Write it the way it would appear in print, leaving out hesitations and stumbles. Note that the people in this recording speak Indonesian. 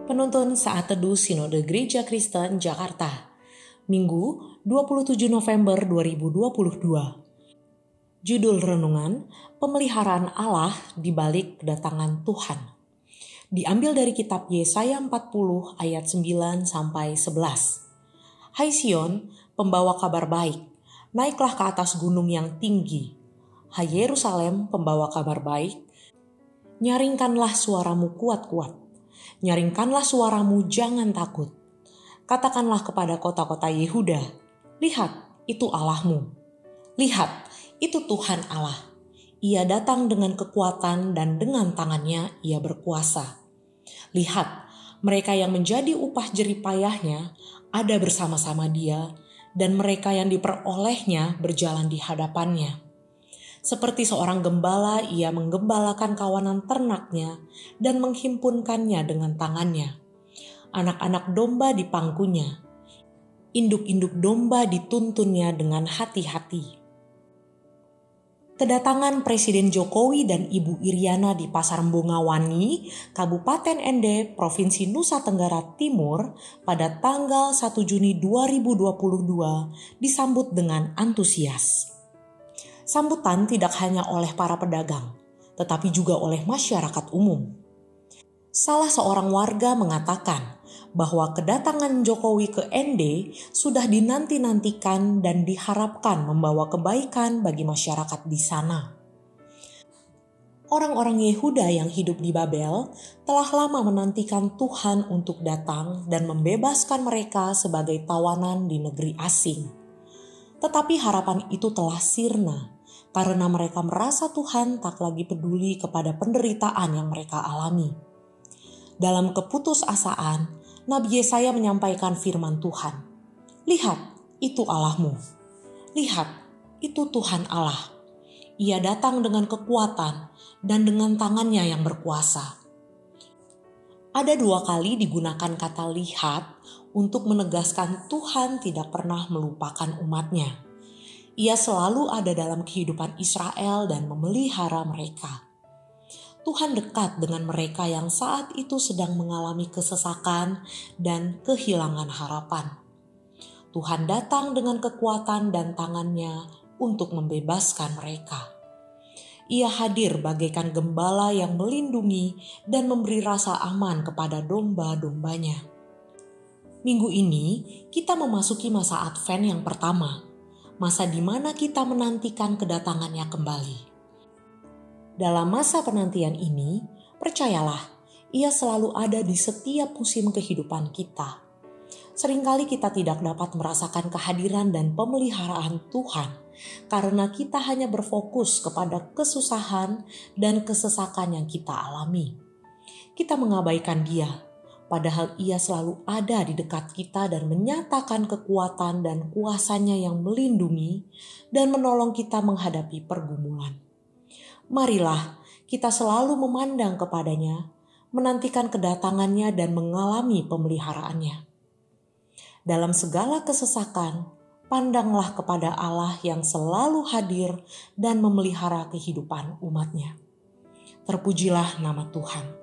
Penuntun Saat Teduh Sinode Gereja Kristen Jakarta, Minggu 27 November 2022. Judul renungan, Pemeliharaan Allah di balik kedatangan Tuhan. Diambil dari kitab Yesaya 40 ayat 9-11. Hai Sion, pembawa kabar baik, naiklah ke atas gunung yang tinggi. Hai Yerusalem, pembawa kabar baik, nyaringkanlah suaramu kuat-kuat. Nyaringkanlah suaramu, jangan takut. Katakanlah kepada kota-kota Yehuda, lihat, itu Allahmu. Lihat, itu Tuhan Allah. Ia datang dengan kekuatan dan dengan tangannya ia berkuasa. Lihat, mereka yang menjadi upah jerih payahnya ada bersama-sama dia, dan mereka yang diperolehnya berjalan di hadapannya. Seperti seorang gembala, ia menggembalakan kawanan ternaknya dan menghimpunkannya dengan tangannya. Anak-anak domba di pangkunya, induk-induk domba dituntunnya dengan hati-hati. Kedatangan Presiden Jokowi dan Ibu Iriana di Pasar Bongawani, Kabupaten Ende, Provinsi Nusa Tenggara Timur pada tanggal 1 Juni 2022 disambut dengan antusias. Sambutan tidak hanya oleh para pedagang, tetapi juga oleh masyarakat umum. Salah seorang warga mengatakan bahwa kedatangan Jokowi ke Ende sudah dinanti-nantikan dan diharapkan membawa kebaikan bagi masyarakat di sana. Orang-orang Yehuda yang hidup di Babel telah lama menantikan Tuhan untuk datang dan membebaskan mereka sebagai tawanan di negeri asing. Tetapi harapan itu telah sirna karena mereka merasa Tuhan tak lagi peduli kepada penderitaan yang mereka alami. Dalam keputusasaan, Nabi Yesaya menyampaikan firman Tuhan. Lihat, itu Allahmu. Lihat, itu Tuhan Allah. Ia datang dengan kekuatan dan dengan tangannya yang berkuasa. Ada 2 kali digunakan kata lihat untuk menegaskan Tuhan tidak pernah melupakan umatnya. Ia selalu ada dalam kehidupan Israel dan memelihara mereka. Tuhan dekat dengan mereka yang saat itu sedang mengalami kesesakan dan kehilangan harapan. Tuhan datang dengan kekuatan dan tangannya untuk membebaskan mereka. Ia hadir bagaikan gembala yang melindungi dan memberi rasa aman kepada domba-dombanya. Minggu ini kita memasuki masa Advent yang pertama. Masa di mana kita menantikan kedatangannya kembali. Dalam masa penantian ini, percayalah, ia selalu ada di setiap musim kehidupan kita. Seringkali kita tidak dapat merasakan kehadiran dan pemeliharaan Tuhan karena kita hanya berfokus kepada kesusahan dan kesesakan yang kita alami. Kita mengabaikan Dia. Padahal ia selalu ada di dekat kita dan menyatakan kekuatan dan kuasanya yang melindungi dan menolong kita menghadapi pergumulan. Marilah kita selalu memandang kepadanya, menantikan kedatangannya dan mengalami pemeliharaannya. Dalam segala kesesakan, pandanglah kepada Allah yang selalu hadir dan memelihara kehidupan umatnya. Terpujilah nama Tuhan.